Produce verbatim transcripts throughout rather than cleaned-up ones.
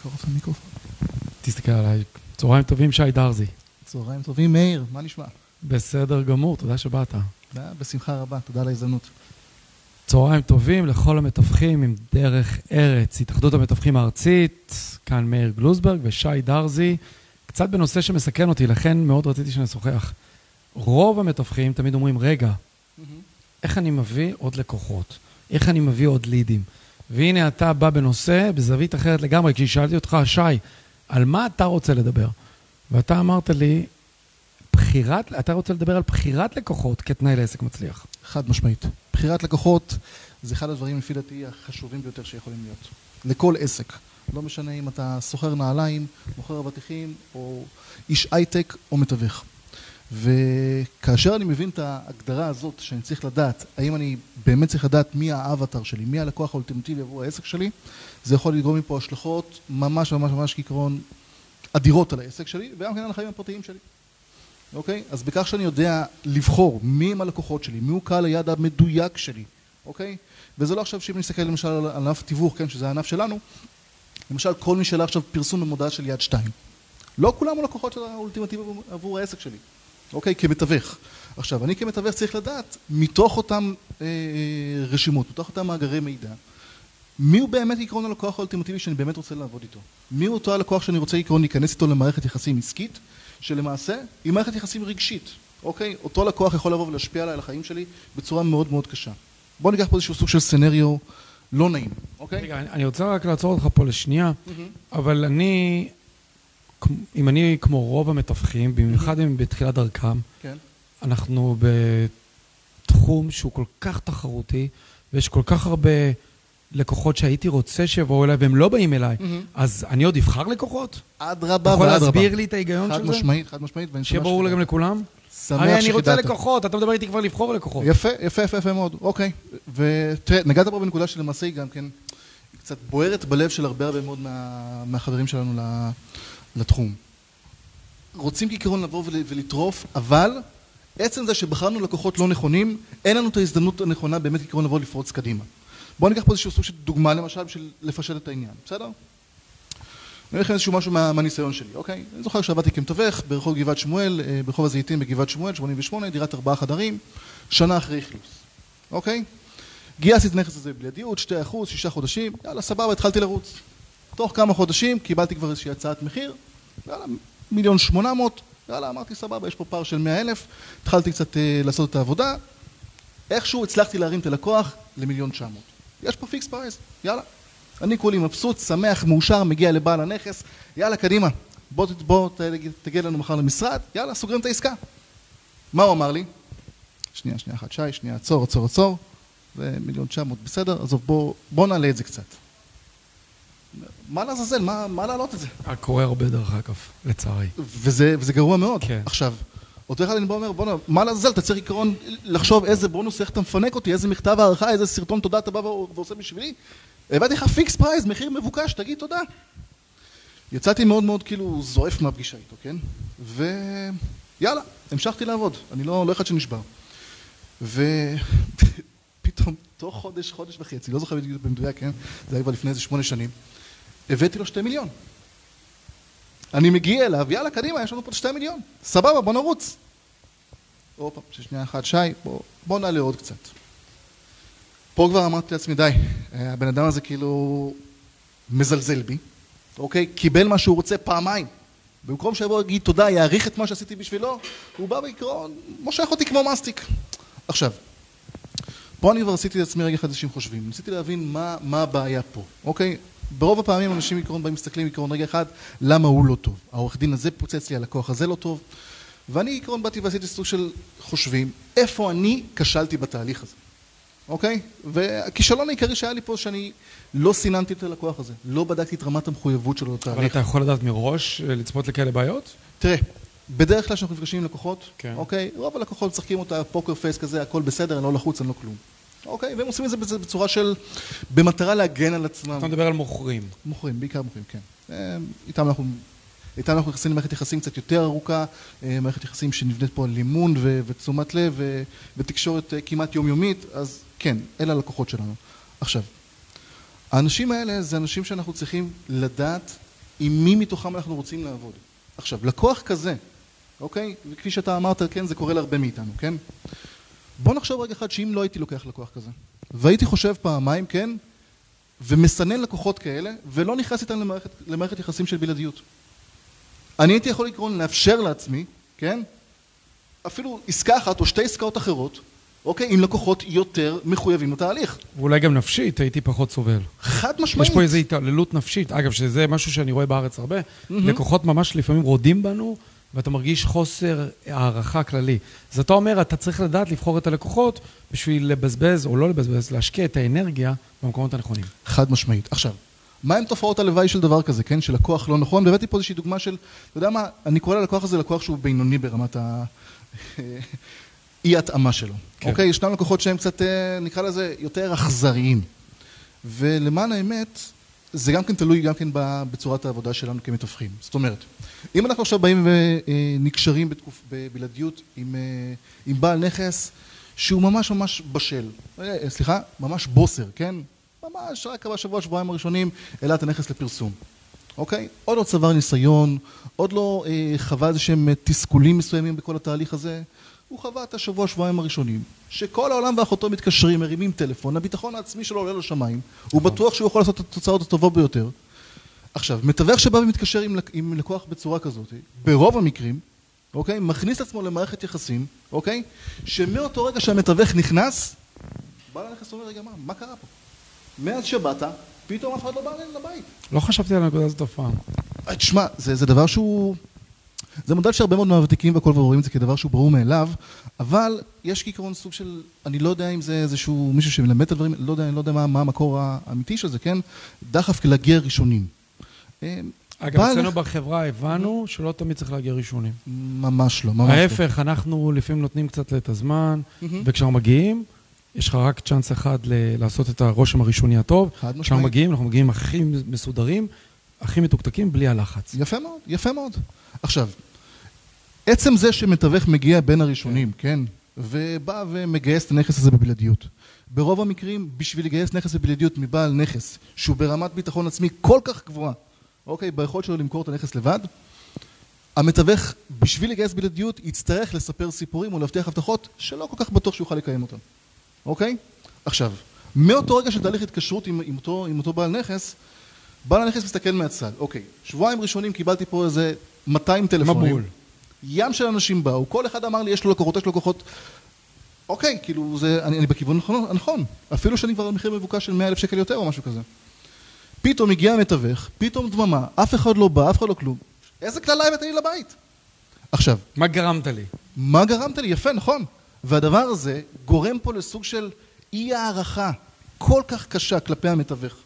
קרוב למיקרופון. תסתכל עליי. צהריים טובים, שי דרזי. צהריים טובים, מאיר, מה נשמע? בסדר גמור, תודה שבאת. בשמחה רבה, תודה על ההזדמנות. צהריים טובים לכל המתווכים עם דרך ארץ, התאחדות המתווכים הארצית, כאן מאיר גלוזברג ושי דרזי, קצת בנושא שמסכן אותי, לכן מאוד רציתי שנשוחח. רוב המתווכים תמיד אומרים, רגע, איך אני מביא עוד לקוחות? איך אני מביא עוד לידים? והנה אתה בא בנושא, בזווית אחרת לגמרי, כששאלתי אותך, שי, על מה אתה רוצה לדבר? ואתה אמרת לי, בחירת, אתה רוצה לדבר על בחירת לקוחות כתנאי לעסק מצליח. חד משמעית. בחירת לקוחות זה אחד הדברים לפי דעתי החשובים ביותר שיכולים להיות. לכל עסק. לא משנה אם אתה סוחר נעליים, מוכר אבטיחים, או איש הייטק או מתווך. וכאשר אני מבין את ההגדרה הזאת שאני צריך לדעת, האם אני באמת צריך לדעת מי האבטר שלי, מי הלקוח האולטימטיבי עבור העסק שלי, זה יכול לגרום מפה השלכות ממש ממש ממש כעיקרון אדירות על העסק שלי, וגם כן על החיים הפרטיים שלי. אוקיי? אז בכך שאני יודע לבחור מי הם הלקוחות שלי, מי הוא קהל היעד המדויק שלי, אוקיי? וזה לא עכשיו שאם נסתכל למשל על ענף תיווך, כן, שזה הענף שלנו, למשל כל מי שאלה עכשיו פרסום במודעה של יד שתיים. לא כולם הלקוחות של האולטימטיבי עבור העסק שלי, אוקיי? כמתווך. עכשיו, אני כמתווך צריך לדעת, מתוך אותם אה, רשימות, מתוך אותם מאגרי מידע, מי הוא באמת עקרון הלקוח האולטימטיבי שאני באמת רוצה לעבוד איתו? מי הוא אותו הלקוח שאני רוצה עקרון להיכנס איתו למערכת יחסים עסקית, שלמעשה היא מערכת יחסים רגשית, אוקיי? אותו לקוח יכול לבוא ולהשפיע עליי על החיים שלי בצורה מאוד מאוד קשה. בוא ניקח פה איזשהו סוג של סצנריו לא נעים, אוקיי? רגע, אני רוצה רק לעצור אותך פה לשנייה, אבל אני, אם אני כמו רוב המתווכים, במיוחד אם בתחילת דרכם, אנחנו בתחום שהוא כל כך תחרותי, ויש כל כך הרבה לקוחות שהייתי רוצה שיבואו אליי, והם לא באים אליי, אז אני עוד אבחר לקוחות? עד רבה ועד רבה. אתה יכול להסביר לי את ההיגיון של זה? חד משמעית, חד משמעית. שיהיה ברור גם לכולם? שמח שחידעת. אני רוצה שחידעת. לקוחות, אתה מדבר איתי כבר לבחור לקוחות. יפה, יפה, יפה, יפה מאוד. אוקיי. ותראה, נגעת פה בנקודה שלמעשה היא גם כן קצת בוערת בלב של הרבה הרבה מאוד מה, מהחברים שלנו לתחום. רוצים כעיקרון לבוא ולטרוף, אבל עצם זה שבחרנו לקוחות לא נכונים, אין לנו את ההזדמנות הנכונה באמת כעיקרון לבוא לפרוץ קדימה. בואו ניקח פה איזשהו סוג של דוגמה למשל בשביל לפשט את העניין, בסדר? אני אגיד לכם איזשהו משהו מה, מהניסיון שלי, אוקיי? אני זוכר שעבדתי כמתווך ברחוב גבעת שמואל, ברחוב הזיתים בגבעת שמואל, שמונים ושמונה, דירת ארבעה חדרים, שנה אחרי אכלוס, אוקיי? גייסתי את הנכס הזה בלעדיות, שתי אחוז, שישה חודשים, יאללה, סבבה, התחלתי לרוץ. תוך כמה חודשים קיבלתי כבר איזושהי הצעת מחיר, יאללה, מיליון שמונה מאות, יאללה, אמרתי, סבבה, יש פה פער של מאה אלף, התחלתי קצת אה, לעשות את העבודה, איכשהו הצלחתי להרים את הלקוח למיליון תשע מאות. יש פה פיקס פרייס, יאללה. אני כולי מבסוט, שמח, מאושר, מגיע לבעל הנכס, יאללה, קדימה, בוא, בוא תגיע לנו מחר למשרד, יאללה, סוגרים את העסקה. מה הוא אמר לי? שנייה, שנייה אחת, שי, שנייה, עצור, עצור, עצור, זה מיליון תשע מאות, בסדר, אז בוא, בוא נעלה את זה קצת. מה לעזאזל, מה, מה לעלות את זה? קורה הרבה דרך אגב, לצערי. וזה, וזה גרוע מאוד. כן. עכשיו, אותו אחד אני בוא אומר, בוא, מה לעזאזל, אתה צריך עיקרון לחשוב איזה בונוס, איך אתה מפנק אותי, איזה מכתב הערכה, איזה סרטון תודה אתה בא ועושה בשבילי. הבאתי לך פיקס פרייז, מחיר מבוקש, תגיד תודה. יצאתי מאוד מאוד כאילו זועף מהפגישה איתו, כן? ויאללה, המשכתי לעבוד, אני לא, לא אחד שנשבר. ופתאום, תוך חודש, חודש וחצי, לא זוכר בדיוק במדויק, כן? זה היה כבר לפני איזה שמונה שנים, הבאתי לו שתי מיליון. אני מגיע אליו, יאללה, קדימה, יש לנו פה שתי מיליון. סבבה, בוא נרוץ. אופה, ששנייה אחת, שי, בוא, בוא נעלה עוד קצת. פה כבר אמרתי לעצמי, די, הבן אדם הזה כאילו מזלזל בי, אוקיי? קיבל מה שהוא רוצה פעמיים. במקום שיבוא להגיד תודה, יעריך את מה שעשיתי בשבילו, הוא בא בעיקרון, מושך אותי כמו מסטיק. עכשיו, פה אני כבר עשיתי לעצמי רגע חדשים חושבים, ניסיתי להבין מה, מה הבעיה פה, אוקיי? ברוב הפעמים אנשים עיקרון באים מסתכלים עיקרון רגע אחד, למה הוא לא טוב? העורך דין הזה פוצץ לי, הלקוח הזה לא טוב, ואני עיקרון באתי ועשיתי סוג של חושבים, איפה אני כשלתי בתהליך הזה? אוקיי? והכישלון העיקרי שהיה לי פה שאני לא סיננתי את הלקוח הזה, לא בדקתי את רמת המחויבות שלו לתהליך. אבל אתה יכול לדעת מראש לצפות לכאלה בעיות? תראה, בדרך כלל שאנחנו נפגשים עם לקוחות, כן. אוקיי? רוב הלקוחות משחקים אותה פוקר פייס כזה, הכל בסדר, אני לא לחוץ, אני לא כלום. אוקיי? והם עושים את זה בצורה של, במטרה להגן על עצמם. אתה מדבר על מוכרים. מוכרים, בעיקר מוכרים, כן. איתם אנחנו... איתנו אנחנו נכנסים למערכת יחסים קצת יותר ארוכה, מערכת יחסים שנבנית פה על לימון ו- ותשומת לב ו- ותקשורת כמעט יומיומית, אז כן, אלה הלקוחות שלנו. עכשיו, האנשים האלה זה אנשים שאנחנו צריכים לדעת עם מי מתוכם אנחנו רוצים לעבוד. עכשיו, לקוח כזה, אוקיי? וכפי שאתה אמרת, כן, זה קורה להרבה מאיתנו, כן? בוא נחשוב רגע אחד שאם לא הייתי לוקח לקוח כזה, והייתי חושב פעמיים, כן? ומסנן לקוחות כאלה, ולא נכנס איתם למערכת, למערכת יחסים של בלעדיות. אני הייתי יכול לקרוא, לאפשר לעצמי, כן? אפילו עסקה אחת או שתי עסקאות אחרות, אוקיי? עם לקוחות יותר מחויבים לתהליך. ואולי גם נפשית, הייתי פחות סובל. חד משמעית. יש פה איזו התעללות נפשית. אגב, שזה משהו שאני רואה בארץ הרבה. Mm-hmm. לקוחות ממש לפעמים רודים בנו, ואתה מרגיש חוסר הערכה כללי. אז אתה אומר, אתה צריך לדעת לבחור את הלקוחות בשביל לבזבז או לא לבזבז, להשקיע את האנרגיה במקומות הנכונים. חד משמעית. עכשיו, מה הם תופעות הלוואי של דבר כזה, כן? של לקוח לא נכון? והבאתי פה איזושהי דוגמה של, אתה יודע מה, אני קורא ללקוח הזה לקוח שהוא בינוני ברמת ה... אי התאמה שלו. כן. אוקיי? ישנם לקוחות שהם קצת, נקרא לזה, יותר אכזריים. ולמען האמת, זה גם כן תלוי גם כן בצורת העבודה שלנו כמתווכים. זאת אומרת, אם אנחנו עכשיו באים ונקשרים בתקופ... בבלעדיות עם, עם בעל נכס שהוא ממש ממש בשל, סליחה, ממש בוסר, כן? ממש רק בשבוע, שבועיים הראשונים, העלה את הנכס לפרסום. אוקיי? עוד לא צבר ניסיון, עוד לא אה, חווה איזה שהם תסכולים מסוימים בכל התהליך הזה, הוא חווה את השבוע, שבועיים הראשונים, שכל העולם ואחותו מתקשרים, מרימים טלפון, הביטחון העצמי שלו עולה לשמיים, הוא בטוח שהוא יכול לעשות את התוצאות הטובות ביותר. עכשיו, מתווך שבא ומתקשר עם, עם לקוח בצורה כזאת, ברוב המקרים, אוקיי? מכניס את עצמו למערכת יחסים, אוקיי? שמאותו רגע שהמתווך נכנס, בעל הנכס אומר, רגע, מה, מה קרה פה? מאז שבאת, פתאום אף אחד לא בא לבית. לא חשבתי על הנקודה הזאת אף פעם. תשמע, זה, זה דבר שהוא... זה מודל שהרבה מאוד מהוותיקים והכל ורואים את זה כדבר שהוא ברור מאליו, אבל יש כעיקרון סוג של... אני לא יודע אם זה איזשהו מישהו שמלמד את הדברים, לא יודע, אני לא יודע מה, מה המקור האמיתי של זה, כן? דחף כלהגיע ראשונים. אגב, אצלנו בחברה הבנו שלא תמיד צריך להגיע ראשונים. ממש לא, ממש לא. ההפך, אנחנו לפעמים נותנים קצת את הזמן, וכשאנחנו מגיעים, יש לך רק צ'אנס אחד לעשות את הרושם הראשוני הטוב. כשאנחנו מגיעים, אנחנו מגיעים הכי מסודרים, הכי מתוקתקים, בלי הלחץ. יפה מאוד, יפה מאוד. עכשיו, עצם זה שמתווך מגיע בין הראשונים, כן, ובא ומגייס את הנכס הזה בבלעדיות. ברוב המקרים, בשביל לגייס נכס בבלעדיות מבעל נכס, שהוא ברמת ביטחון עצמי כל כך גבוהה, אוקיי, ביכולת שלו למכור את הנכס לבד, המתווך, בשביל לגייס בלעדיות, יצטרך לספר סיפורים ולהבטיח הבטחות שלא כל כך בטוח שיוכל לקיים אותם. אוקיי? עכשיו, מאותו רגע של תהליך התקשרות עם, עם, אותו, עם אותו בעל נכס, בעל הנכס מסתכל מהצד. אוקיי, שבועיים ראשונים קיבלתי פה איזה מאתיים טלפונים. מבול. ים של אנשים באו, כל אחד אמר לי, יש לו לקוחות, יש לו לקוחות. אוקיי, כאילו, זה, אני, אני בכיוון נכון, נכון. אפילו שאני כבר במחיר מבוקש של מאה אלף שקל יותר או משהו כזה. פתאום הגיע המתווך, פתאום דממה, אף אחד לא בא, אף אחד לא כלום. איזה כללה הבאת לי לבית? עכשיו. מה גרמת לי? מה גרמת לי? יפה, נכון. והדבר הזה גורם פה לסוג של אי הערכה כל כך קשה כלפי המתווך.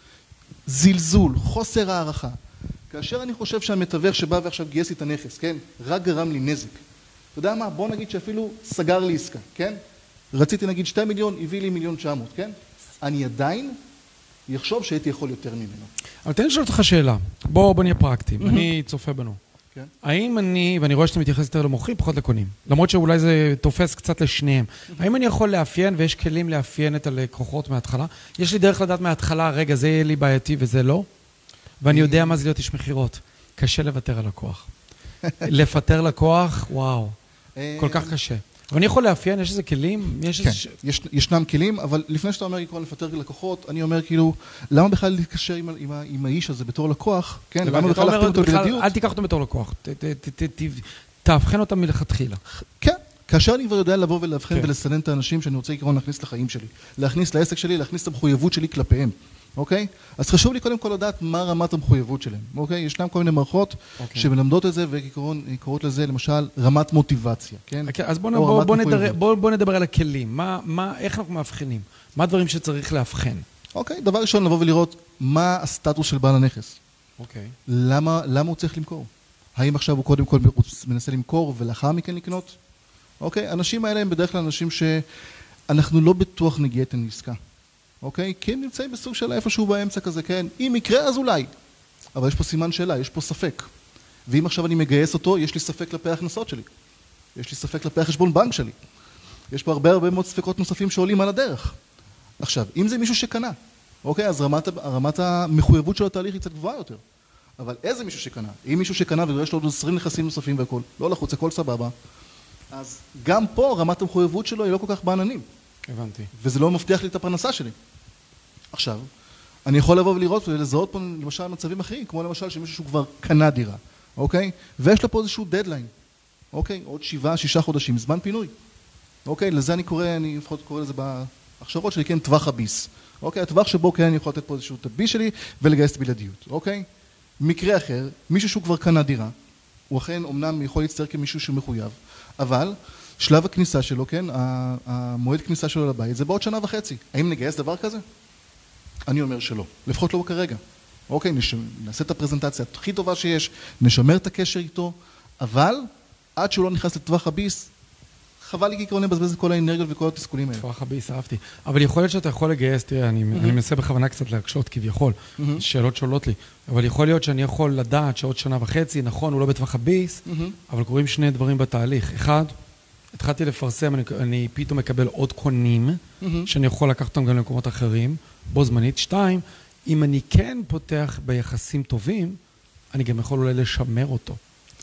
זלזול, חוסר הערכה. כאשר אני חושב שהמתווך שבא ועכשיו גייס לי את הנכס, כן? רק גרם לי נזק. אתה יודע מה? בוא נגיד שאפילו סגר לי עסקה, כן? רציתי נגיד שתי מיליון, הביא לי מיליון תשע מאות, כן? אני עדיין יחשוב שהייתי יכול יותר ממנו. אבל תן לי לשאול אותך שאלה. בוא, בוא נהיה פרקטיים. אני צופה בנו. כן. האם אני, ואני רואה שאתה מתייחס יותר למוחים, פחות לקונים. למרות שאולי זה תופס קצת לשניהם. האם אני יכול לאפיין, ויש כלים לאפיין את הלקוחות מההתחלה? יש לי דרך לדעת מההתחלה, רגע, זה יהיה לי בעייתי וזה לא? ואני יודע מה זה להיות איש מחירות. קשה לוותר על לקוח. לפטר לקוח, וואו. כל כך קשה. ואני יכול לאפיין, יש איזה כלים? יש כן, איזה... יש, ישנם כלים, אבל לפני שאתה אומר עקרון לפטר לקוחות, אני אומר כאילו, למה בכלל להתקשר עם, עם, עם האיש הזה בתור לקוח? כן, למה בכלל להכתיר אותו בלעדיות? אל תיקח אותו בתור לקוח, ת, ת, ת, ת, תאבחן אותם מלכתחילה. כן, כאשר אני כבר יודע לבוא ולאבחן ולסנן את האנשים שאני רוצה עקרון להכניס לחיים שלי, להכניס לעסק שלי, להכניס את המחויבות שלי כלפיהם. אוקיי? אז חשוב לי קודם כל לדעת מה רמת המחויבות שלהם. אוקיי? ישנם כל מיני מערכות שמלמדות את זה וקוראות לזה למשל רמת מוטיבציה, כן? אז בוא נדבר על הכלים. איך אנחנו מאבחנים? מה הדברים שצריך לאבחן? אוקיי, דבר ראשון לבוא ולראות מה הסטטוס של בעל הנכס. אוקיי. למה הוא צריך למכור? האם עכשיו הוא קודם כל מנסה למכור ולאחר מכן לקנות? אוקיי? האנשים האלה הם בדרך כלל אנשים שאנחנו לא בטוח נגיע את העסקה. אוקיי? כי הם נמצאים בסוג של איפשהו באמצע כזה, כן? אם יקרה, אז אולי. אבל יש פה סימן שאלה, יש פה ספק. ואם עכשיו אני מגייס אותו, יש לי ספק כלפי ההכנסות שלי. יש לי ספק כלפי החשבון בנק שלי. יש פה הרבה הרבה מאוד ספקות נוספים שעולים על הדרך. עכשיו, אם זה מישהו שקנה, אוקיי? אז רמת, רמת המחויבות של התהליך היא קצת גבוהה יותר. אבל איזה מישהו שקנה? אם מישהו שקנה ויש לו עוד עשרים נכסים נוספים והכל, לא לחוץ, הכל סבבה, אז גם פה רמת המחויבות שלו היא לא כל כך בעננים. הבנתי. וזה לא מבטיח לי את הפרנסה שלי. עכשיו, אני יכול לבוא ולראות ולזהות פה למשל מצבים אחרים, כמו למשל שמישהו שהוא כבר קנה דירה, אוקיי? ויש לו פה איזשהו דדליין, אוקיי? עוד שבעה, שישה חודשים, זמן פינוי. אוקיי? לזה אני קורא, אני לפחות קורא לזה בהכשרות שלי, כן, טווח הביס. אוקיי? הטווח שבו כן אני יכול לתת פה איזשהו תביס שלי ולגייס את הבלעדיות, אוקיי? מקרה אחר, מישהו שהוא כבר קנה דירה, הוא אכן אומנם יכול להצטער כמישהו שהוא מחויב, אבל שלב הכניסה שלו, כן, המועד כניסה שלו לבית, זה בעוד שנה וחצי. האם נגייס דבר כזה? אני אומר שלא, לפחות לא כרגע. אוקיי, נעשה את הפרזנטציה הכי טובה שיש, נשמר את הקשר איתו, אבל עד שהוא לא נכנס לטווח הביס, חבל לי כעיקרון לבזבז את כל האנרגיות וכל התסכולים האלה. טווח הביס, אהבתי. אבל יכול להיות שאתה יכול לגייס, תראה, אני מנסה בכוונה קצת להקשות כביכול, שאלות שולות לי, אבל יכול להיות שאני יכול לדעת שעוד שנה וחצי, נכון, הוא לא בטווח הביס, אבל קוראים שני דברים בתהליך. אחד, התחלתי לפרסם, אני, אני פתאום מקבל עוד קונים, mm-hmm. שאני יכול לקחת אותם גם למקומות אחרים, בו זמנית. שתיים, אם אני כן פותח ביחסים טובים, אני גם יכול אולי לשמר אותו.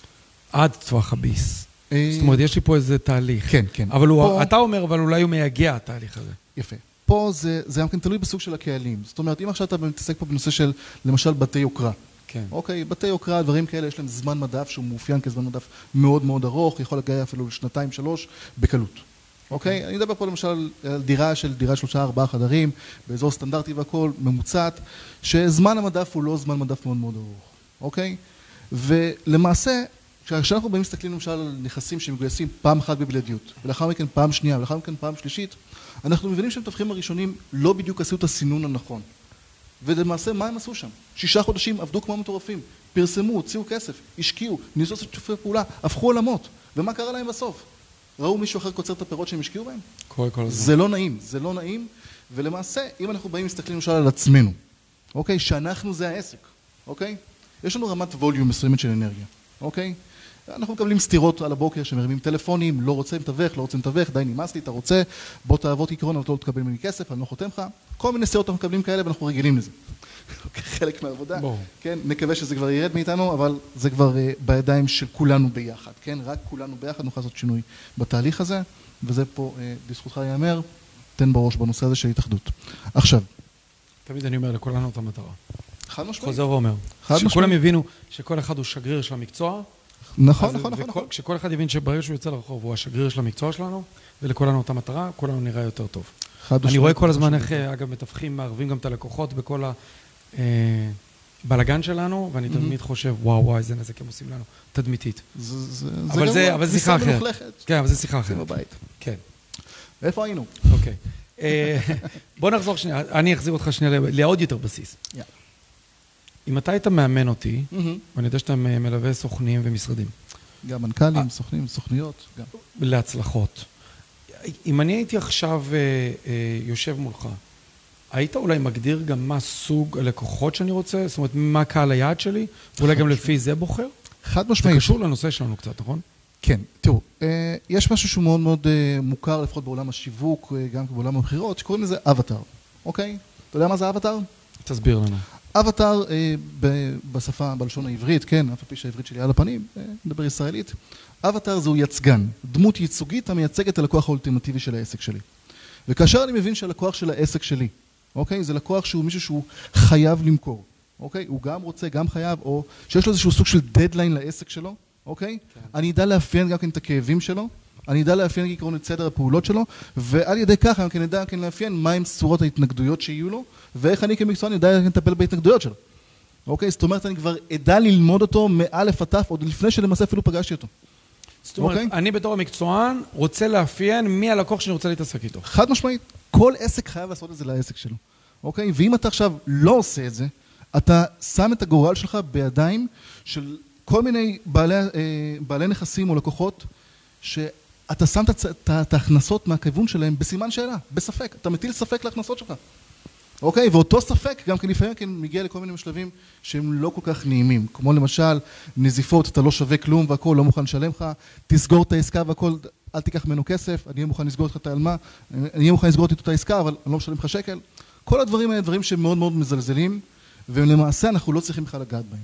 עד טווח הביס. זאת אומרת, יש לי פה איזה תהליך. כן, כן. אבל הוא, אתה אומר, אבל אולי הוא מייגע התהליך הזה. יפה. פה זה, זה גם כן תלוי בסוג של הקהלים. זאת אומרת, אם עכשיו אתה מתעסק פה בנושא של, למשל, בתי יוקרה. כן. אוקיי, בתי יוקרה, דברים כאלה, יש להם זמן מדף שהוא מאופיין כזמן מדף מאוד מאוד ארוך, יכול להגיע אפילו לשנתיים, שלוש, בקלות. אוקיי? אני מדבר פה למשל על דירה של דירה שלושה, ארבעה חדרים, באזור סטנדרטי והכל, ממוצעת, שזמן המדף הוא לא זמן מדף מאוד מאוד ארוך. אוקיי? ולמעשה, כשאנחנו באים מסתכלים למשל על נכסים שמגויסים פעם אחת בבלעדיות, ולאחר מכן פעם שנייה, ולאחר מכן פעם שלישית, אנחנו מבינים שהמתווכים הראשונים לא בדיוק עשו את הסינון הנכון. ולמעשה, מה הם עשו שם? שישה חודשים עבדו כמו מטורפים, פרסמו, הוציאו כסף, השקיעו, ניסו לעשות שיתופי פעולה, הפכו עולמות. ומה קרה להם בסוף? ראו מישהו אחר קוצר את הפירות שהם השקיעו בהם? קורה כל הזמן. זה לא נעים, זה לא נעים. ולמעשה, אם אנחנו באים מסתכלים למשל על עצמנו, אוקיי? שאנחנו זה העסק, אוקיי? יש לנו רמת ווליום מסוימת של אנרגיה, אוקיי? אנחנו מקבלים סתירות על הבוקר שמרימים טלפונים, לא רוצה מתווך, לא רוצה מתווך, די נמאס לי, אתה רוצה, בוא תעבוד עקרון, אבל לא תקבל ממני כסף, אני לא חותם לך. כל מיני סתירות אנחנו מקבלים כאלה ואנחנו רגילים לזה. חלק מהעבודה, כן? נקווה שזה כבר ירד מאיתנו, אבל זה כבר בידיים של כולנו ביחד, כן? רק כולנו ביחד נוכל לעשות שינוי בתהליך הזה, וזה פה בזכותך יאמר, תן בראש בנושא הזה של התאחדות. עכשיו. תמיד אני אומר לכולנו את המטרה. חד משמעית. חוזר ואומר. שכולם יבינו שכל אחד הוא שגריר של המקצוע. נכון, נכון, נכון. כשכל אחד יבין שברגע שהוא יוצא לרחוב הוא השגריר של המקצוע שלנו, ולכולנו אותה מטרה, כולנו נראה יותר טוב. אני רואה כל הזמן איך, אגב, מתווכים, מערבים גם את הלקוחות בכל הבלגן שלנו, ואני תמיד חושב, וואו, וואו, איזה נזק הם עושים לנו, תדמיתית. אבל זה שיחה אחרת. כן, אבל זה שיחה אחרת. זה בבית. כן. איפה היינו? אוקיי. בוא נחזור שנייה, אני אחזיר אותך שנייה לעוד יותר בסיס. אם אתה היית מאמן אותי, ואני יודע שאתה מלווה סוכנים ומשרדים. גם מנכ"לים, סוכנים, סוכניות. להצלחות. אם אני הייתי עכשיו יושב מולך, היית אולי מגדיר גם מה סוג הלקוחות שאני רוצה? זאת אומרת, מה קהל היעד שלי? ואולי גם לפי זה בוחר? חד משמעית. זה קשור לנושא שלנו קצת, נכון? כן. תראו, יש משהו שהוא מאוד מאוד מוכר, לפחות בעולם השיווק, גם בעולם המחירות, שקוראים לזה אבטר. אוקיי? אתה יודע מה זה אבטר? תסביר לנו. אבטר בשפה, בלשון העברית, כן, אף פי שהעברית שלי על הפנים, מדבר ישראלית. אבטר זהו יצגן, דמות ייצוגית המייצגת את הלקוח האולטימטיבי של העסק שלי. וכאשר אני מבין שהלקוח של העסק שלי, אוקיי, זה לקוח שהוא מישהו שהוא חייב למכור, אוקיי, הוא גם רוצה, גם חייב, או שיש לו איזשהו סוג של דדליין לעסק שלו, אוקיי, כן. אני אדע לאפיין גם כן את הכאבים שלו, אני אדע לאפיין כעקרון את סדר הפעולות שלו, ועל ידי ככה אני אדע כן לאפיין מהם צורות ההתנגדויות שיהיו לו, ואיך אני כמקצוען אדע לטפל בהתנגדויות שלו. אוקיי, זאת אומרת, אני כבר אדע ללמוד אותו מאלף עד תף, עוד לפני שלמעשה אפילו פגשתי אותו. זאת אומרת, okay. אני בתור המקצוען רוצה לאפיין מי הלקוח שאני רוצה להתעסק איתו. חד משמעית. כל עסק חייב לעשות את זה לעסק שלו. אוקיי? ואם אתה עכשיו לא עושה את זה, אתה שם את הגורל שלך בידיים של כל מיני בעלי, אה, בעלי נכסים או לקוחות, שאתה שם את ההכנסות מהכיוון שלהם בסימן שאלה, בספק. אתה מטיל ספק להכנסות שלך. אוקיי? ואותו ספק גם כן לפעמים כן מגיע לכל מיני משלבים שהם לא כל כך נעימים. כמו למשל, נזיפות, אתה לא שווה כלום והכל, לא מוכן לשלם לך, תסגור את העסקה והכל, אל תיקח ממנו כסף, אני אהיה מוכן לסגור את העלמה, אני אהיה מוכן לסגור את אותה עסקה, אבל אני לא משלם לך שקל. כל הדברים האלה דברים שהם מאוד מאוד מזלזלים, ולמעשה אנחנו לא צריכים בכלל לגעת בהם.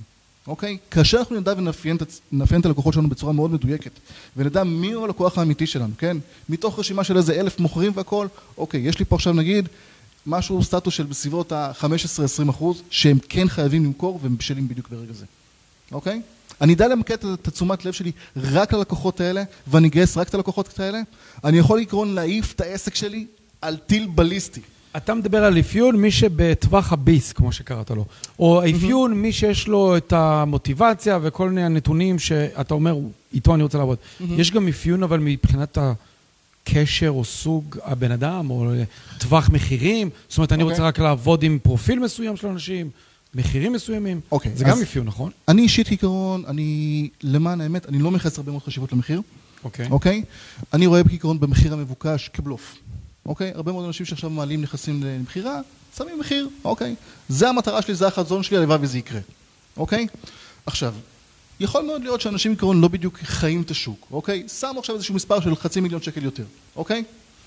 אוקיי? כאשר אנחנו נדע ונאפיין את הלקוחות שלנו בצורה מאוד מדויקת, ונדע מי הוא הלקוח האמיתי שלנו, כן? מתוך רשימה של איזה אלף מוכרים והכל, אוקיי, יש לי פה עכשיו נגיד משהו סטטוס של בסביבות ה-חמש עשרה עד עשרים אחוז שהם כן חייבים למכור והם בשלים בדיוק ברגע זה. אוקיי? אני אדע למקד את התשומת לב שלי רק ללקוחות האלה, ואני אגייס רק את הלקוחות האלה, אני יכול לקרון להעיף את העסק שלי על טיל בליסטי. אתה מדבר על אפיון מי שבטווח הביס, כמו שקראת לו, או אפיון מי שיש לו את המוטיבציה וכל מיני הנתונים שאתה אומר, איתו אני רוצה לעבוד. יש גם אפיון אבל מבחינת הקשר או סוג הבן אדם, או טווח מחירים, זאת אומרת אני רוצה רק לעבוד עם פרופיל מסוים של אנשים, מחירים מסוימים, זה גם אפיון, נכון? אני אישית כעיקרון, אני, למען האמת, אני לא מייחס הרבה מאוד חשיבות למחיר, אוקיי? אני רואה כעיקרון במחיר המבוקש כבלוף. אוקיי? הרבה מאוד אנשים שעכשיו מעלים נכסים למחירה, שמים מחיר, אוקיי? זה המטרה שלי, זה החזון שלי, הלוואי וזה יקרה. אוקיי? עכשיו, יכול מאוד להיות שאנשים עיקרון לא בדיוק חיים את השוק, אוקיי? שמו עכשיו איזשהו מספר של חצי מיליון שקל יותר, אוקיי?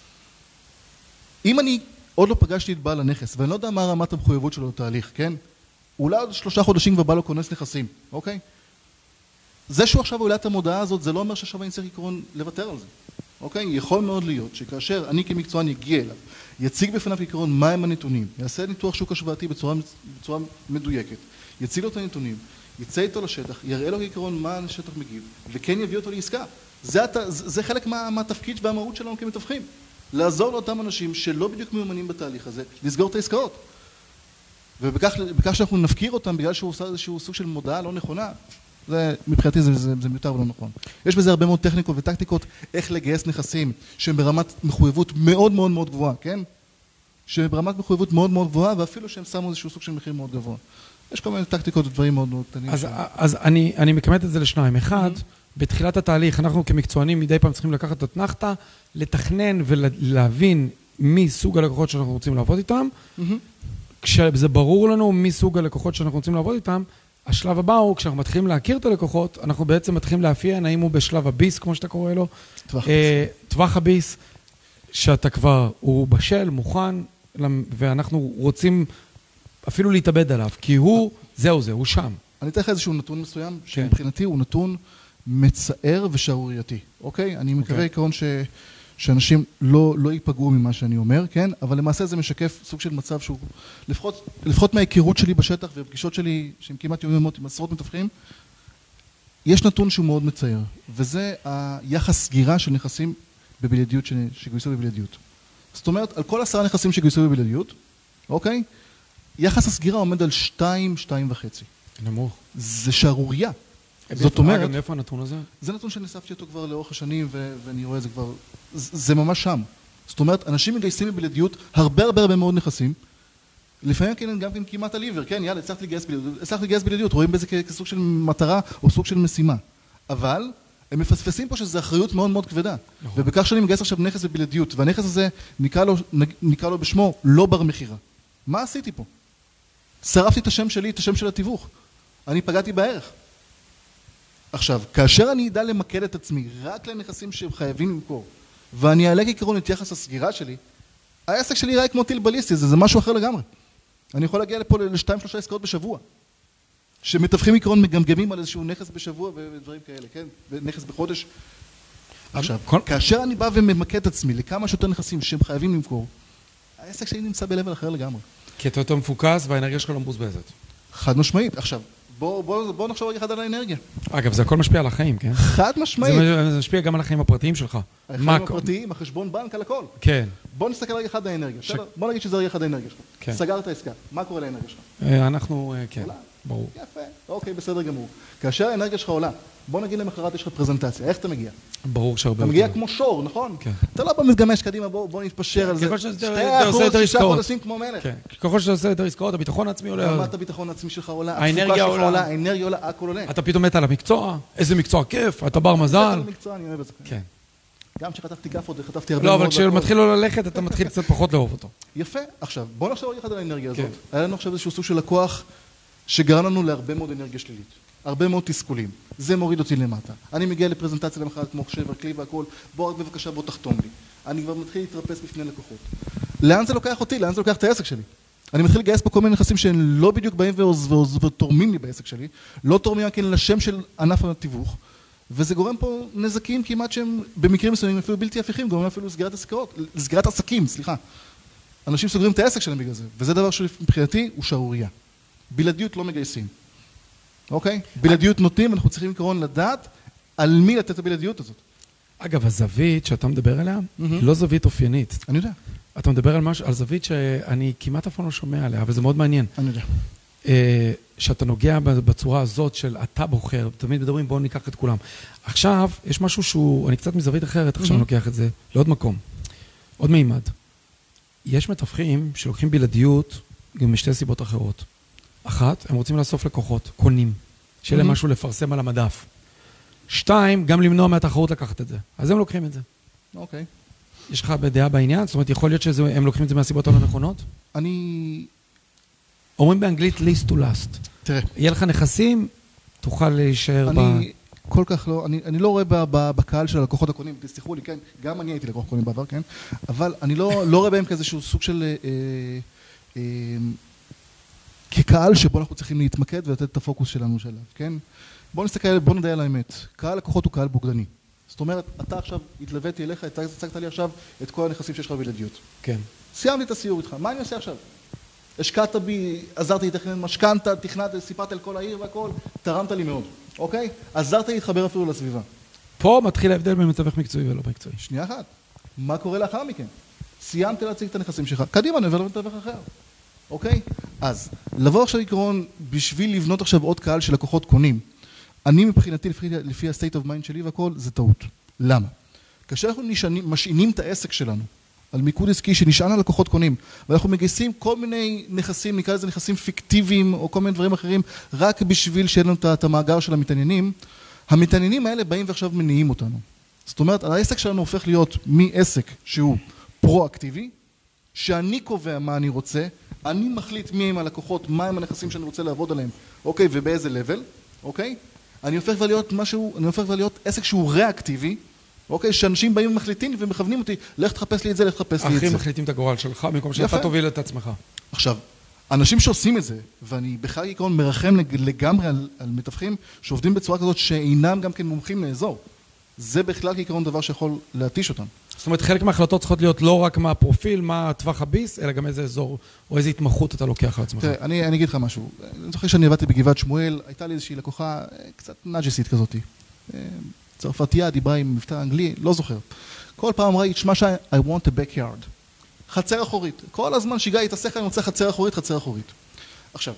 אם אני עוד לא פגשתי את בעל הנכס, ואני לא יודע מה רמת המחויבות שלו לתהליך, כן? אולי עוד שלושה חודשים כבר בא לו כונס נכסים, אוקיי? זה שהוא עכשיו עולה את המודעה הזאת, זה לא אומר שעכשיו אני צריך עיקרון לוותר על זה. אוקיי? יכול מאוד להיות שכאשר אני כמקצוען יגיע אליו, יציג בפניו עיקרון מהם הנתונים, יעשה ניתוח שוק השוואתי בצורה, בצורה מדויקת, יציג לו את הנתונים, יצא איתו לשטח, יראה לו עיקרון מה השטח מגיב, וכן יביא אותו לעסקה. זה, זה חלק מה, מהתפקיד והמהות שלנו כמתווכים. לעזור לאותם אנשים שלא בדיוק מיומנים בתהליך הזה, לסגור את העסקאות. ובכך בכך שאנחנו נפקיר אותם בגלל שהוא עושה איזשהו סוג של מודעה לא נכונה, זה, מבחינתי זה, זה, זה מיותר ולא נכון. יש בזה הרבה מאוד טכניקות וטקטיקות איך לגייס נכסים שהם ברמת מחויבות מאוד מאוד מאוד גבוהה, כן? שהם ברמת מחויבות מאוד מאוד גבוהה, ואפילו שהם שמו איזשהו סוג של מחיר מאוד גבוה. יש כל מיני טקטיקות ודברים מאוד מאוד קטנים. אז, אז אני, אני מקמת את זה לשניים. אחד, mm-hmm. בתחילת התהליך, אנחנו כמקצוענים מדי פעם צריכים לקחת את התנחתה, לתכנן ולהבין מי סוג הלקוחות שאנחנו רוצים לעבוד איתם. Mm-hmm. כשזה ברור לנו מי סוג הלקוחות שאנחנו רוצים לעבוד איתם, השלב הבא הוא, כשאנחנו מתחילים להכיר את הלקוחות, אנחנו בעצם מתחילים לאפיין, האם הוא בשלב הביס, כמו שאתה קורא לו, טווח הביס, שאתה כבר, הוא בשל, מוכן, ואנחנו רוצים אפילו להתאבד עליו, כי הוא, זהו זה, הוא שם. אני אתן לך איזשהו נתון מסוים, שמבחינתי הוא נתון מצער ושערורייתי, אוקיי? אני מקווה עיקרון ש... שאנשים לא, לא ייפגעו ממה שאני אומר, כן? אבל למעשה זה משקף סוג של מצב שהוא, לפחות, לפחות מההיכרות שלי בשטח ובפגישות שלי, שהן כמעט יומיות עם עשרות מתווכים, יש נתון שהוא מאוד מצייר, וזה היחס סגירה של נכסים בבלעדיות, שגויסו בבלעדיות. זאת אומרת, על כל עשרה נכסים שגויסו בבלעדיות, אוקיי? יחס הסגירה עומד על שתיים, שתיים וחצי. נמוך. זה שערוריה. זאת אומרת... אגב, מאיפה הנתון הזה? זה נתון שנספתי אותו כבר לאורך השנים, ו- ואני רואה את זה כבר... זה ממש שם. זאת אומרת, אנשים מגייסים בבלעדיות הרבה הרבה הרבה מאוד נכסים, לפעמים כן, גם כן כמעט הליבר, כן, יאללה, הצלחתי לגייס בלעדיות, הצלחתי לגייס בלעדיות, רואים בזה כסוג של מטרה או סוג של משימה. אבל הם מפספסים פה שזו אחריות מאוד מאוד כבדה. נכון. ובכך שאני מגייס עכשיו נכס בבלעדיות, והנכס הזה נקרא לו, נקרא לו בשמו לא בר מחירה. מה עשיתי פה? שרפתי את השם שלי, את השם של התיווך. אני פגעתי בערך. עכשיו, כאשר אני אדע למקד את עצמי רק לנכסים שהם חייבים למכור, ואני אעלה כעיקרון את יחס הסגירה שלי, העסק שלי יראה כמו טיל בליסטי, זה, זה משהו אחר לגמרי. אני יכול להגיע לפה לשתיים, שלושה עסקאות בשבוע, שמתווכים עיקרון מגמגמים על איזשהו נכס בשבוע ודברים כאלה, כן? נכס בחודש. עכשיו, כל... כאשר אני בא וממקד את עצמי לכמה שיותר נכסים שהם חייבים למכור, העסק שלי נמצא בלבל אחר לגמרי. כי אתה יותר מפוקס והאנרגיה שלך לא מבוזבזת. חד משמעית. עכשיו, בוא, בוא, בוא נחשוב רגע אחד על האנרגיה. אגב, זה הכל משפיע על החיים, כן? חד משמעית. זה, זה משפיע גם על החיים הפרטיים שלך. החיים הפרטיים, החשבון בנק, על הכל. כן. בוא נסתכל רגע אחד על האנרגיה. ש... בוא נגיד שזה רגע אחד האנרגיה שלך. כן. סגרת העסקה. מה קורה לאנרגיה שלך? אנחנו, כן. עולה? ברור. יפה. אוקיי, בסדר גמור. כאשר האנרגיה שלך עולה, בוא נגיד למחרת יש לך פרזנטציה. איך אתה מגיע? ברור שהרבה אתה מגיע כמו שור, נכון? כן. אתה לא בא מתגמש קדימה, בוא, בוא נתפשר על זה. שתי אחוז, שישה חודשים כמו מלך. כן. ככל שאתה עושה יותר עסקאות, הביטחון העצמי עולה. רמת הביטחון העצמי שלך עולה, האנרגיה עולה, האנרגיה עולה, הכל עולה. אתה פתאום מת על המקצוע, איזה מקצוע כיף, אתה בר מזל. מקצוע, אני אוהב את זה. כן. גם כשחטפתי גפות וחטפתי הרבה לא, אבל כשמתחיל לא ללכת, אתה מתחיל קצת פחות לאהוב אותו. יפה. עכשיו, בוא נחשוב רגע אחד על האנרגיה הזאת. היה לנו עכשיו איזשהו סוג של לקוח שגרם לנו להרבה מאוד אנרגיה שלילית. הרבה מאוד תסכולים. זה מוריד אותי למטה. אני מגיע לפרזנטציה למחרת כמו שבר כלי והכל, בוא רק בבקשה, בוא תחתום לי. אני כבר מתחיל להתרפס בפני לקוחות. לאן זה לוקח אותי? לאן זה לוקח את העסק שלי? אני מתחיל לגייס פה כל מיני נכסים שהם לא בדיוק באים ותורמים לי בעסק שלי, לא תורמים רק לשם של ענף התיווך, וזה גורם פה נזקים כמעט שהם במקרים מסוימים אפילו בלתי הפיכים, גורמים אפילו לסגירת עסקאות, לסגירת עסקים, סליחה. אנשים סוגרים את העסק שלהם בגלל זה, וזה דבר שמבחינתי הוא שערוריה. בלעדיות לא מגייסים. אוקיי? בלעדיות נוטים, אנחנו צריכים עיקרון לדעת על מי לתת את הבלעדיות הזאת. אגב, הזווית שאתה מדבר עליה, היא לא זווית אופיינית. אני יודע. אתה מדבר על משהו, על זווית שאני כמעט אף פעם לא שומע עליה, אבל זה מאוד מעניין. אני יודע. שאתה נוגע בצורה הזאת של אתה בוחר, תמיד מדברים, בואו ניקח את כולם. עכשיו, יש משהו שהוא, אני קצת מזווית אחרת, עכשיו אני לוקח את זה לעוד מקום, עוד מימד. יש מתווכים שלוקחים בלעדיות גם משתי סיבות אחרות. אחת, הם רוצים לאסוף לקוחות, קונים, שיהיה להם משהו לפרסם על המדף. שתיים, גם למנוע מהתחרות לקחת את זה. אז הם לוקחים את זה. אוקיי. יש לך בדעה בעניין? זאת אומרת, יכול להיות שהם לוקחים את זה מהסיבות הלא נכונות? אני... אומרים באנגלית least to last. תראה. יהיה לך נכסים, תוכל להישאר ב... אני כל כך לא... אני, אני לא רואה בקהל של הלקוחות הקונים, תסתכלו לי, כן? גם אני הייתי לקוח קונים בעבר, כן? אבל אני לא, לא רואה בהם כאיזשהו סוג של... אה, אה, כקהל שבו אנחנו צריכים להתמקד ולתת את הפוקוס שלנו שלנו, כן? בואו נסתכל, בואו נדע על האמת. קהל לקוחות הוא קהל בוגדני. זאת אומרת, אתה עכשיו התלוויתי אליך, הצגת לי עכשיו את כל הנכסים שיש לך בלעדיות. כן. סיימתי את הסיור איתך, מה אני עושה עכשיו? השקעת בי, עזרתי לתכנן משכנתא, תכנת, סיפרת על כל העיר והכל, תרמת לי מאוד, אוקיי? עזרת להתחבר אפילו לסביבה. פה מתחיל ההבדל בין מתווך מקצועי ולא מקצועי. שנייה אחת. מה קורה לאחר מכן? סיימתי להציג את הנכסים שלך, קדימה, נעבר למתווך אחר. אוקיי? אז, לבוא עכשיו עיקרון בשביל לבנות עכשיו עוד קהל של לקוחות קונים, אני מבחינתי, לפי, לפי ה-state of mind שלי והכל, זה טעות. למה? כאשר אנחנו נשענים, משעינים את העסק שלנו, על מיקוד עסקי שנשען על לקוחות קונים, ואנחנו מגייסים כל מיני נכסים, נקרא לזה נכסים פיקטיביים, או כל מיני דברים אחרים, רק בשביל שיהיה לנו את המאגר של המתעניינים, המתעניינים האלה באים ועכשיו מניעים אותנו. זאת אומרת, העסק שלנו הופך להיות מעסק שהוא פרו-אקטיבי, שאני קובע מה אני רוצה, אני מחליט מי הם הלקוחות, מה הם הנכסים שאני רוצה לעבוד עליהם, אוקיי, ובאיזה לבל, אוקיי? אני הופך להיות משהו, אני הופך להיות עסק שהוא ריאקטיבי, אוקיי, שאנשים באים ומחליטים ומכוונים אותי, לך תחפש לי את זה, לך תחפש לי את זה. אחרים מחליטים את הגורל שלך, במקום שאתה תוביל את עצמך. עכשיו, אנשים שעושים את זה, ואני בכלל עיקרון מרחם לגמרי על, על מתווכים שעובדים בצורה כזאת שאינם גם כן מומחים לאזור. זה בכלל עיקרון דבר שיכול להתיש אותם. זאת אומרת, חלק מההחלטות צריכות להיות לא רק מה הפרופיל, מה טווח הביס, אלא גם איזה אזור או איזה התמחות אתה לוקח על עצמך. תראה, אני, אני אגיד לך משהו. אני זוכר שאני עבדתי בגבעת שמואל, הייתה לי איזושהי לקוחה קצת נאג'סית כזאת. צרפתייה, דיברה עם מבטא אנגלי, לא זוכר. כל פעם אמרה לי, תשמע שי, I want a backyard. חצר אחורית. כל הזמן שיגע התעסק, אני רוצה חצר אחורית, חצר אחורית. עכשיו,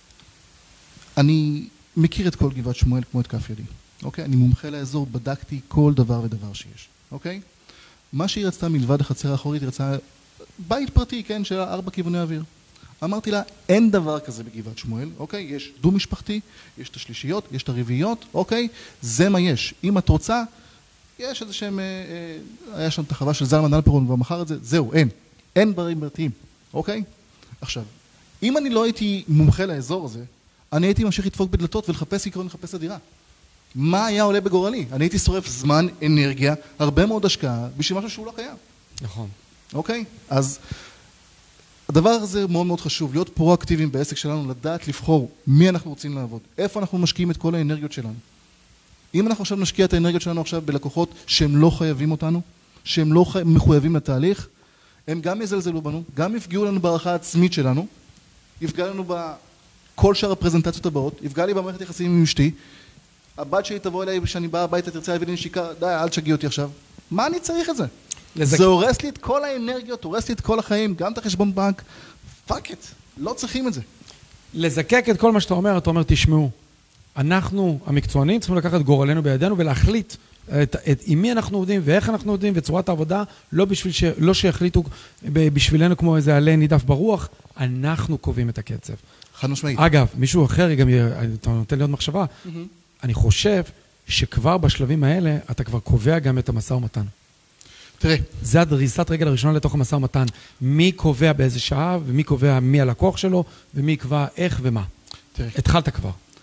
אני מכיר את כל גבעת שמואל כמו את כף ידי. אוקיי? אני מומחה לאזור, בדקתי כל דבר ודבר שיש. אוקיי? מה שהיא רצתה מלבד החצר האחורית, היא רצתה בית פרטי, כן, של ארבע כיווני אוויר. אמרתי לה, אין דבר כזה בגבעת שמואל, אוקיי? יש דו משפחתי, יש את השלישיות, יש את הרביעיות, אוקיי? זה מה יש. אם את רוצה, יש איזה שהם, אה, אה, היה שם את החווה של זלמן אלפרון כבר מכר את זה, זהו, אין. אין דברים פרטיים, אוקיי? עכשיו, אם אני לא הייתי מומחה לאזור הזה, אני הייתי ממשיך לדפוק בדלתות ולחפש עיקרון, לחפש הדירה. מה היה עולה בגורלי? אני הייתי שורף זמן, אנרגיה, הרבה מאוד השקעה, בשביל משהו שהוא לא קיים. נכון. אוקיי? אז הדבר הזה מאוד מאוד חשוב, להיות פרו-אקטיביים בעסק שלנו, לדעת לבחור מי אנחנו רוצים לעבוד, איפה אנחנו משקיעים את כל האנרגיות שלנו. אם אנחנו עכשיו נשקיע את האנרגיות שלנו עכשיו בלקוחות שהם לא חייבים אותנו, שהם לא מחויבים לתהליך, הם גם יזלזלו בנו, גם יפגעו לנו בערכה העצמית שלנו, יפגע לנו בכל שאר הפרזנטציות הבאות, יפגע לי במערכת יחסים עם אשתי, הבת שלי תבוא אליי כשאני בא הביתה, תרצה להביא לי נשיקה, די, אל תשגעי אותי עכשיו. מה אני צריך את זה? לזק... זה הורס לי את כל האנרגיות, הורס לי את כל החיים, גם את החשבון בנק. פאק את, לא צריכים את זה. לזקק את כל מה שאתה אומר, אתה אומר, תשמעו, אנחנו, המקצוענים, צריכים לקחת גורלנו בידינו ולהחליט את, את, עם מי אנחנו עובדים ואיך אנחנו עובדים וצורת העבודה, לא, בשביל ש, לא שיחליטו בשבילנו כמו איזה עלה נידף ברוח, אנחנו קובעים את הקצב. חד משמעית. אגב, מישהו אחר, גם אתה נותן לי עוד מחשבה, mm-hmm. אני חושב שכבר בשלבים האלה, אתה כבר קובע גם את המשא ומתן. תראה. זה הדריסת רגל הראשונה לתוך המשא ומתן. מי קובע באיזה שעה, ומי קובע מי הלקוח שלו, ומי יקבע איך ומה. תראה. התחלת כבר.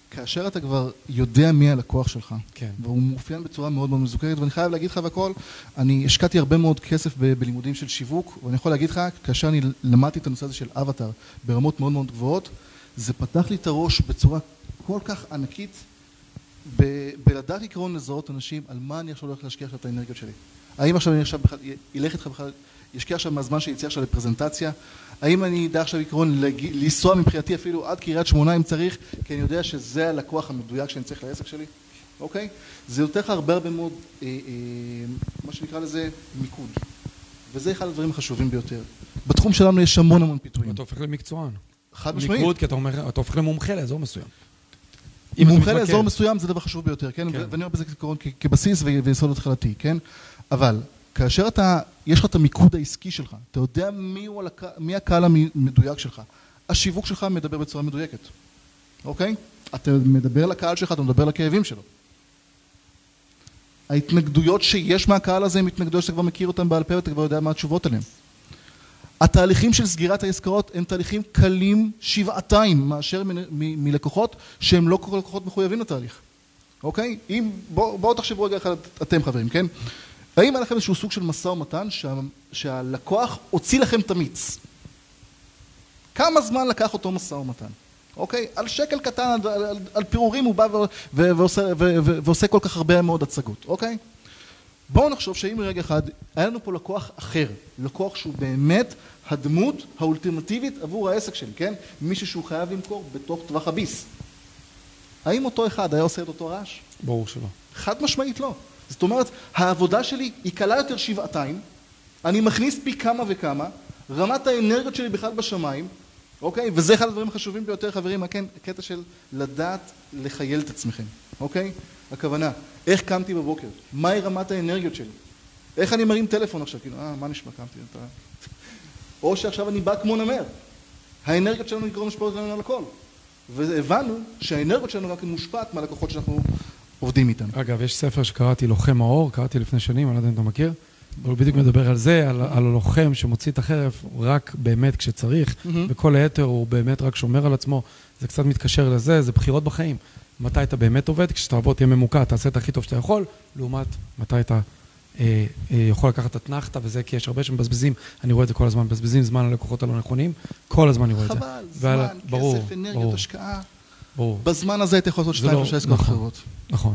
כאשר אתה כבר יודע מי הלקוח שלך, כן. והוא מאופיין בצורה מאוד מאוד מזוקקת, ואני חייב להגיד לך והכל, אני השקעתי הרבה מאוד כסף ב- בלימודים של שיווק, ואני יכול להגיד לך, כאשר אני למדתי את הנושא הזה של אבטר ברמות מאוד מאוד גבוהות, זה פתח לי את הראש בצורה כל כך ענקית, ב- בלדעת עקרון לזהות אנשים, על מה אני עכשיו הולך להשקיע עכשיו את האנרגיות שלי. האם עכשיו אני עכשיו בכלל, ילך איתך בכלל, ישקיע עכשיו מהזמן שיצא עכשיו לפרזנטציה, האם אני יודע עכשיו עקרון לנסוע מבחינתי אפילו עד קריית שמונה אם צריך, כי אני יודע שזה הלקוח המדויק שאני צריך לעסק שלי, אוקיי? זה יותר לך הרבה הרבה מאוד, אה, אה, מה שנקרא לזה, מיקוד. וזה אחד הדברים החשובים ביותר. בתחום שלנו יש המון המון פיתויים. אתה הופך למקצוען. חד משמעית. מיקוד, כי אתה אומר, אתה הופך למומחה לאזור מסוים. אם מומחה לאזור מסוים זה דבר חשוב ביותר, כן? כן. ואני אומר בזה כעקרון כבסיס ויסוד התחלתי, כן? אבל כאשר אתה, יש לך את המיקוד העסקי שלך, אתה יודע מי, הוא הלק... מי הקהל המדויק שלך, השיווק שלך מדבר בצורה מדויקת, אוקיי? אתה מדבר לקהל שלך, אתה מדבר לכאבים שלו. ההתנגדויות שיש מהקהל הזה הם התנגדויות שאתה כבר מכיר אותם בעל פה ואתה כבר יודע מה התשובות עליהם. התהליכים של סגירת העסקאות הם תהליכים קלים שבעתיים מאשר מ- מ- מלקוחות שהם לא כל לקוחות מחויבים לתהליך, אוקיי? אם, בואו בוא תחשבו רגע אחד אתם חברים, כן? האם היה לכם איזשהו סוג של משא ומתן שה, שהלקוח הוציא לכם את המיץ? כמה זמן לקח אותו משא ומתן? אוקיי? על שקל קטן, על, על, על פירורים הוא בא ו, ו, ועושה, ו, ו, ועושה כל כך הרבה מאוד הצגות, אוקיי? בואו נחשוב שאם רגע אחד היה לנו פה לקוח אחר, לקוח שהוא באמת הדמות האולטימטיבית עבור העסק שלי, כן? מישהו שהוא חייב למכור בתוך טווח הביס. האם אותו אחד היה עושה את אותו רעש? ברור שלא. חד משמעית לא. זאת אומרת, העבודה שלי היא קלה יותר שבעתיים, אני מכניס פי כמה וכמה, רמת האנרגיות שלי בכלל בשמיים, אוקיי? וזה אחד הדברים החשובים ביותר, חברים, כן, הקטע של לדעת לחייל את עצמכם, אוקיי? הכוונה, איך קמתי בבוקר? מהי רמת האנרגיות שלי? איך אני מרים טלפון עכשיו? כאילו, אה, מה נשמע, קמתי? אתה... או שעכשיו אני בא כמו נמר. האנרגיות שלנו יקרו משפעות לנו על הכל. והבנו שהאנרגיות שלנו רק מושפעת מהלקוחות שאנחנו עובדים איתם. אגב, יש ספר שקראתי לוחם האור, קראתי לפני שנים, אני לא יודע אם אתה מכיר, אבל הוא בדיוק מדבר על זה, על, על הלוחם שמוציא את החרב רק באמת כשצריך, mm-hmm. וכל היתר הוא באמת רק שומר על עצמו, זה קצת מתקשר לזה, זה בחירות בחיים. מתי אתה באמת עובד? כשתעבוד תהיה ממוקד, תעשה את הכי טוב שאתה יכול, לעומת מתי אתה אה, אה, יכול לקחת את התנחת, וזה כי יש הרבה שמבזבזים, אני רואה את זה כל הזמן, מבזבזים זמן על לקוחות הלא נכונים, כל הזמן אני רואה את זה. חבל, זמן, ועל... ברור, כסף, אנרגיות, ברור, השקעה. ברור. בזמן הזה אתה יכול לעשות שתיים ושש עסקאות אחרות. נכון.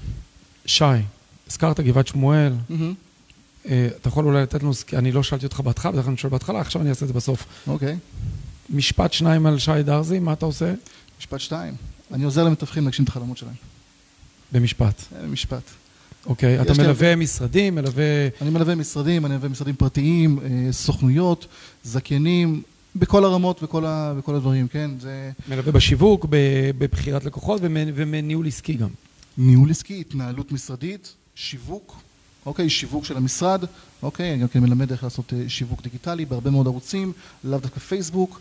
שי, הזכרת גבעת שמואל, mm-hmm. אתה יכול אולי לתת לנו, אני לא שאלתי אותך בהתחלה, בדרך כלל אני שואל בהתחלה, עכשיו אני אעשה את זה בסוף. אוקיי. משפט שניים על שי דרזי, מה אתה עושה? משפט שתיים. אני עוזר למתווכים להגשים את החלומות שלהם. במשפט. במשפט. אוקיי, אתה מלווה משרדים, מלווה... אני מלווה משרדים, אני מלווה משרדים פרטיים, סוכנויות, זכיינים, בכל הרמות וכל הדברים, כן? זה... מלווה בשיווק, בבחירת לקוחות ומניהול עסקי גם. ניהול עסקי, התנהלות משרדית, שיווק, אוקיי, שיווק של המשרד, אוקיי, אני גם כן מלמד איך לעשות שיווק דיגיטלי בהרבה מאוד ערוצים, לאו דווקא פייסבוק,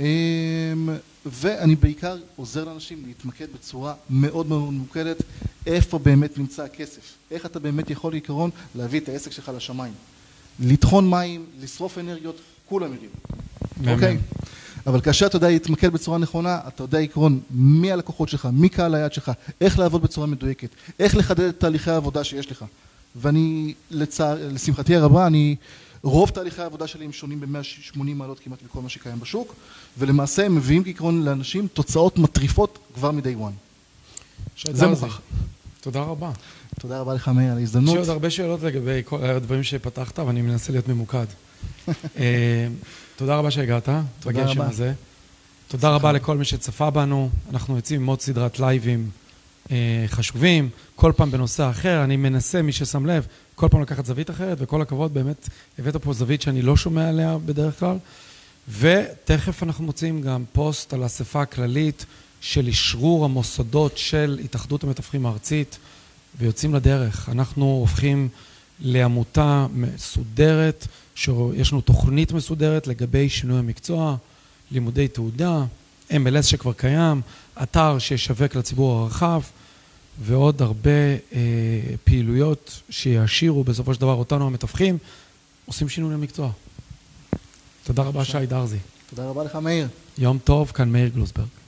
ואני בעיקר עוזר לאנשים להתמקד בצורה מאוד מאוד ממוקדת, איפה באמת נמצא הכסף, איך אתה באמת יכול לעיקרון להביא את העסק שלך לשמיים, לטחון מים, לשרוף אנרגיות, כולם יריבו, אוקיי? אבל כאשר אתה יודע להתמקד בצורה נכונה, אתה יודע עקרון מי הלקוחות שלך, מי קהל היעד שלך, איך לעבוד בצורה מדויקת, איך לחדד את תהליכי העבודה שיש לך. ואני, לצע... לשמחתי הרבה, אני, רוב תהליכי העבודה שלי הם שונים ב-מאה ושמונים מעלות כמעט מכל מה שקיים בשוק, ולמעשה הם מביאים כעקרון לאנשים תוצאות מטריפות כבר מ-day one. זה מוכח. תודה רבה. תודה רבה לך, מאיר, על ההזדמנות. יש עוד הרבה שאלות לגבי כל הדברים שפתחת, ואני מנסה להיות ממוקד. תודה רבה שהגעת, בגשם הזה. תודה רבה לכל מי שצפה בנו. אנחנו יוצאים עם עוד סדרת לייבים חשובים, כל פעם בנושא אחר. אני מנסה, מי ששם לב, כל פעם לקחת זווית אחרת, וכל הכבוד, באמת הבאת פה זווית שאני לא שומע עליה בדרך כלל. ותכף אנחנו מוצאים גם פוסט על האספה הכללית של אשרור המוסדות של התאחדות המתווכים הארצית, ויוצאים לדרך. אנחנו הופכים לעמותה מסודרת, שיש לנו תוכנית מסודרת לגבי שינוי המקצוע, לימודי תעודה, אם אל אס שכבר קיים, אתר שישווק לציבור הרחב, ועוד הרבה אה, פעילויות שיעשירו בסופו של דבר אותנו המתווכים, עושים שינוי למקצוע. תודה רבה שי דרזי. תודה רבה לך מאיר. יום טוב, כאן מאיר גלוזברג.